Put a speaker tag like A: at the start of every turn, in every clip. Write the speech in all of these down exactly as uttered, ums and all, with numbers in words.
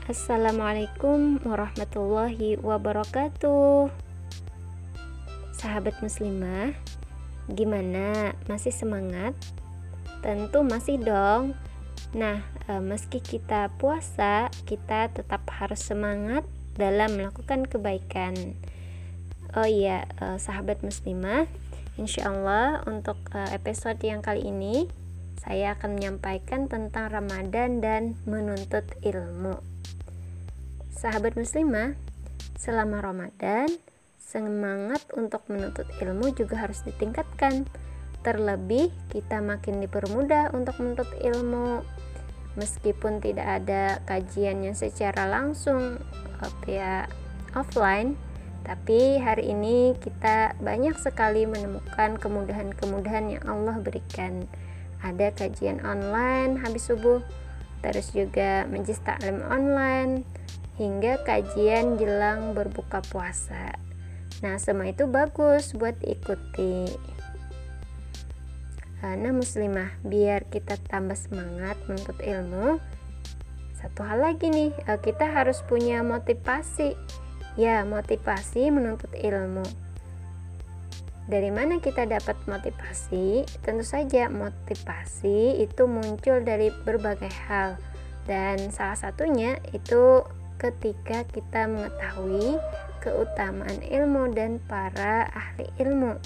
A: Assalamualaikum warahmatullahi wabarakatuh. Sahabat muslimah, gimana? Masih semangat? Tentu masih dong. Nah, e, meski kita puasa, kita tetap harus semangat dalam melakukan kebaikan. Oh iya, e, sahabat muslimah, insya Allah untuk e, episode yang kali ini saya akan menyampaikan tentang Ramadan dan menuntut ilmu. Sahabat muslimah, selama Ramadan, semangat untuk menuntut ilmu juga harus ditingkatkan. Terlebih, kita makin dipermudah untuk menuntut ilmu. Meskipun tidak ada kajiannya secara langsung via offline, tapi hari ini kita banyak sekali menemukan kemudahan-kemudahan yang Allah berikan. Ada kajian online habis subuh, terus juga majelis taklim online, hingga kajian jelang berbuka puasa. Nah, semua itu bagus buat diikuti. Nah, muslimah, biar kita tambah semangat menuntut ilmu, satu hal lagi nih, kita harus punya motivasi. Ya, motivasi menuntut ilmu. Dari mana kita dapat motivasi? Tentu saja motivasi itu muncul dari berbagai hal, dan salah satunya itu ketika kita mengetahui keutamaan ilmu dan para ahli ilmu.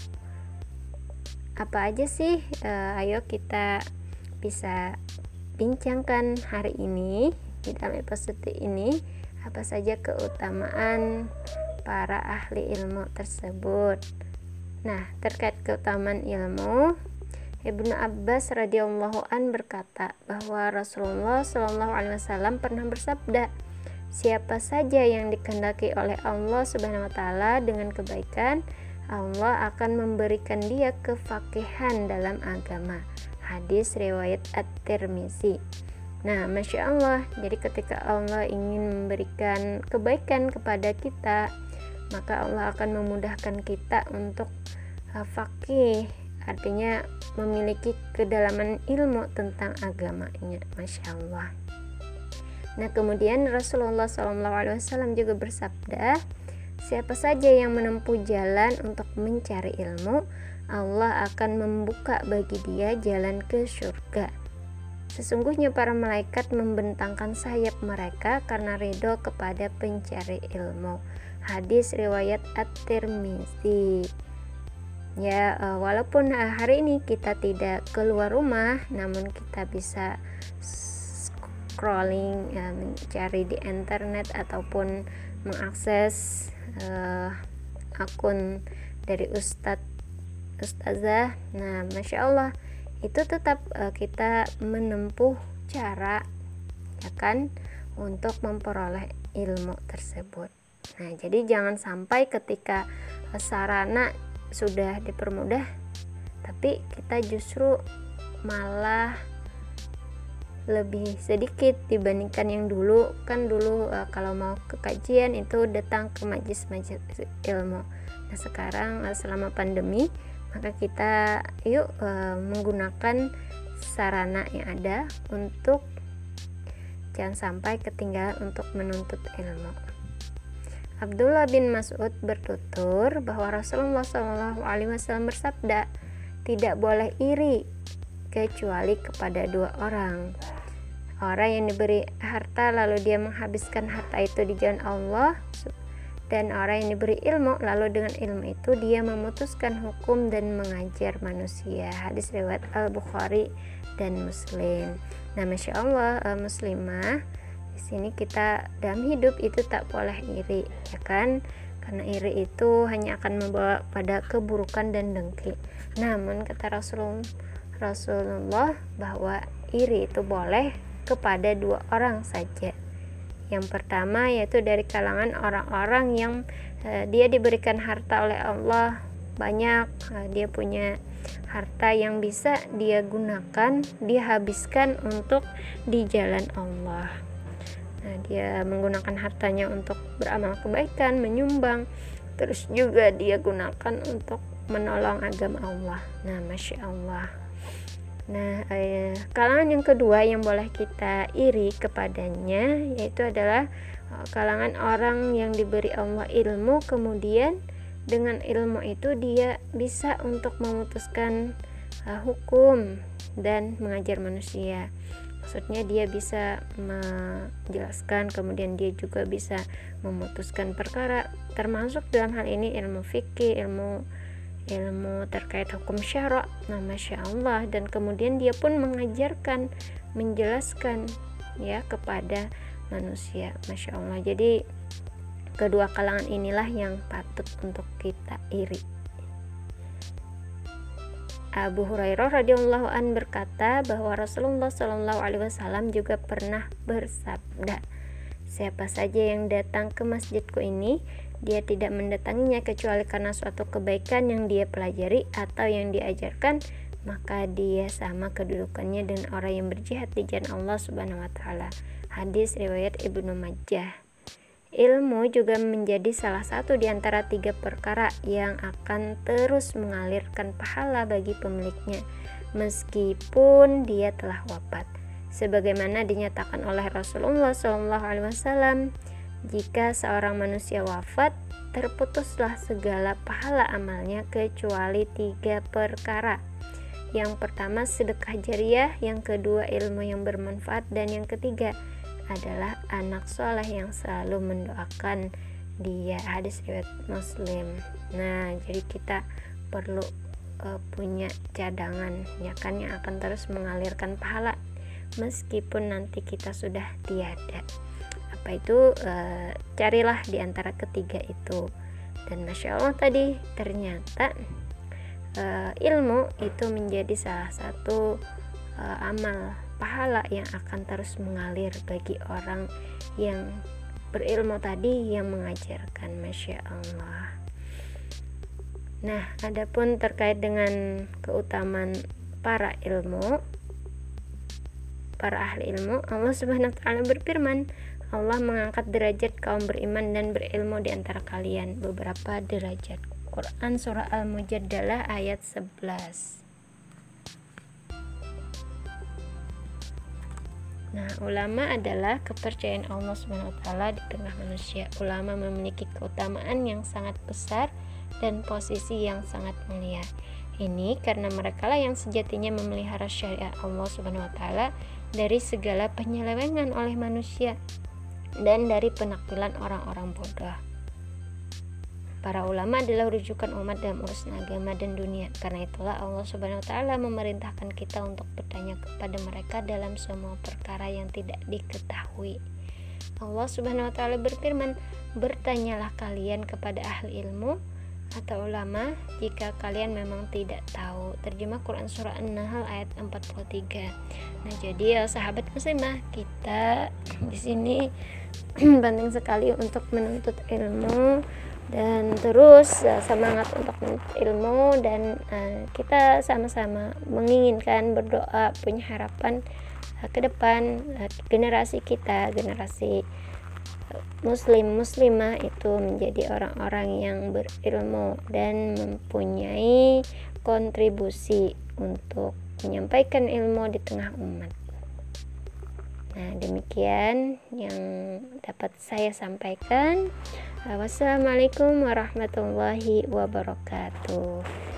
A: Apa aja sih? E, ayo kita bisa bincangkan hari ini di dalam episode ini. Apa saja keutamaan para ahli ilmu tersebut? Nah, terkait keutamaan ilmu, Ibnu Abbas radhiyallahu an berkata bahwa Rasulullah shallallahu alaihi wasallam pernah bersabda, siapa saja yang dikehendaki oleh Allah Subhanahu wa taala dengan kebaikan, Allah akan memberikan dia kefaqihan dalam agama. Hadis riwayat At-Tirmizi. Nah, Masya Allah, jadi ketika Allah ingin memberikan kebaikan kepada kita, maka Allah akan memudahkan kita untuk uh, faqih, artinya memiliki kedalaman ilmu tentang agamanya. Masya Allah. Nah, kemudian Rasulullah shallallahu alaihi wasallam juga bersabda, siapa saja yang menempuh jalan untuk mencari ilmu, Allah akan membuka bagi dia jalan ke surga. Sesungguhnya para malaikat membentangkan sayap mereka karena ridho kepada pencari ilmu. Hadis riwayat At-Tirmizi. Ya, walaupun hari ini kita tidak keluar rumah, namun kita bisa scrolling, ya, mencari di internet ataupun mengakses uh, akun dari ustadz ustazah. Nah, Masya Allah, itu tetap uh, kita menempuh cara, ya kan, untuk memperoleh ilmu tersebut. Nah, jadi jangan sampai ketika uh, sarana sudah dipermudah, tapi kita justru malah lebih sedikit dibandingkan yang dulu. Kan dulu uh, kalau mau ke kajian itu datang ke majelis-majelis ilmu. Nah, sekarang uh, selama pandemi, maka kita yuk uh, menggunakan sarana yang ada untuk jangan sampai ketinggalan untuk menuntut ilmu. Abdullah bin Mas'ud bertutur bahwa Rasulullah shallallahu alaihi wasallam bersabda, tidak boleh iri kecuali kepada dua orang. Orang yang diberi harta lalu dia menghabiskan harta itu di jalan Allah, dan orang yang diberi ilmu lalu dengan ilmu itu dia memutuskan hukum dan mengajar manusia. Hadis riwayat Al-Bukhari dan Muslim. Nah, Masya Allah, muslimah, di sini kita dalam hidup itu tak boleh iri, ya kan? Karena iri itu hanya akan membawa pada keburukan dan dengki. Namun kata Rasulullah Rasulullah bahwa iri itu boleh kepada dua orang saja. Yang pertama yaitu dari kalangan orang-orang yang uh, dia diberikan harta oleh Allah banyak, uh, dia punya harta yang bisa dia gunakan, dia habiskan untuk di jalan Allah. Nah, dia menggunakan hartanya untuk beramal kebaikan, menyumbang, terus juga dia gunakan untuk menolong agama Allah. Nah, Masya Allah. Nah, eh, kalangan yang kedua yang boleh kita iri kepadanya yaitu adalah eh, kalangan orang yang diberi Allah ilmu, kemudian dengan ilmu itu dia bisa untuk memutuskan eh, hukum dan mengajar manusia. Maksudnya dia bisa menjelaskan, kemudian dia juga bisa memutuskan perkara, termasuk dalam hal ini ilmu fikih, ilmu ilmu terkait hukum syara. Nah, masya Allah, dan kemudian dia pun mengajarkan, menjelaskan ya kepada manusia, masya Allah. Jadi kedua kalangan inilah yang patut untuk kita iri. Abu Hurairah radhiyallahu an berkata bahwa Rasulullah shallallahu alaihi wasallam juga pernah bersabda, siapa saja yang datang ke masjidku ini, dia tidak mendatanginya kecuali karena suatu kebaikan yang dia pelajari atau yang diajarkan, maka dia sama kedudukannya dengan orang yang berjihad di jalan Allah Subhanahu wa taala. Hadis riwayat Ibnu Majah. Ilmu juga menjadi salah satu di antara tiga perkara yang akan terus mengalirkan pahala bagi pemiliknya meskipun dia telah wafat. Sebagaimana dinyatakan oleh Rasulullah shallallahu alaihi wasallam, jika seorang manusia wafat, terputuslah segala pahala amalnya kecuali tiga perkara. Yang pertama sedekah jariah, yang kedua ilmu yang bermanfaat, dan yang ketiga adalah anak soleh yang selalu mendoakan dia. Hadis riwayat Muslim. Nah, jadi kita perlu uh, punya cadangan ya kan, yang akan terus mengalirkan pahala meskipun nanti kita sudah tiada. Apa itu? Uh, carilah di antara ketiga itu. Dan masya Allah tadi ternyata uh, ilmu itu menjadi salah satu uh, amal pahala yang akan terus mengalir bagi orang yang berilmu tadi, yang mengajarkan, masya Allah. Nah, adapun terkait dengan keutamaan para ilmu, para ahli ilmu, Allah Subhanahu wa taala berfirman, Allah mengangkat derajat kaum beriman dan berilmu di antara kalian beberapa derajat. Quran surah Al-Mujadalah ayat sebelas. Nah, ulama adalah kepercayaan Allah Subhanahu wa taala di tengah manusia. Ulama memiliki keutamaan yang sangat besar dan posisi yang sangat mulia. Ini karena merekalah yang sejatinya memelihara syariat Allah Subhanahu wa taala dari segala penyelewengan oleh manusia dan dari penakdilan orang-orang bodoh. Para ulama adalah rujukan umat dalam urusan agama dan dunia. Karena itulah Allah Subhanahu wa taala memerintahkan kita untuk bertanya kepada mereka dalam semua perkara yang tidak diketahui. Allah Subhanahu wa taala berfirman, "Bertanyalah kalian kepada ahli ilmu atau ulama jika kalian memang tidak tahu." Terjemah Quran surah An-Nahl ayat empat puluh tiga. Nah, jadi ya sahabat muslimah, kita di sini penting sekali untuk menuntut ilmu dan terus uh, semangat untuk menuntut ilmu, dan uh, kita sama-sama menginginkan, berdoa, punya harapan uh, ke depan uh, generasi kita, generasi uh, muslim muslimah itu menjadi orang-orang yang berilmu dan mempunyai kontribusi untuk menyampaikan ilmu di tengah umat. Nah, demikian yang dapat saya sampaikan. Wassalamualaikum warahmatullahi wabarakatuh.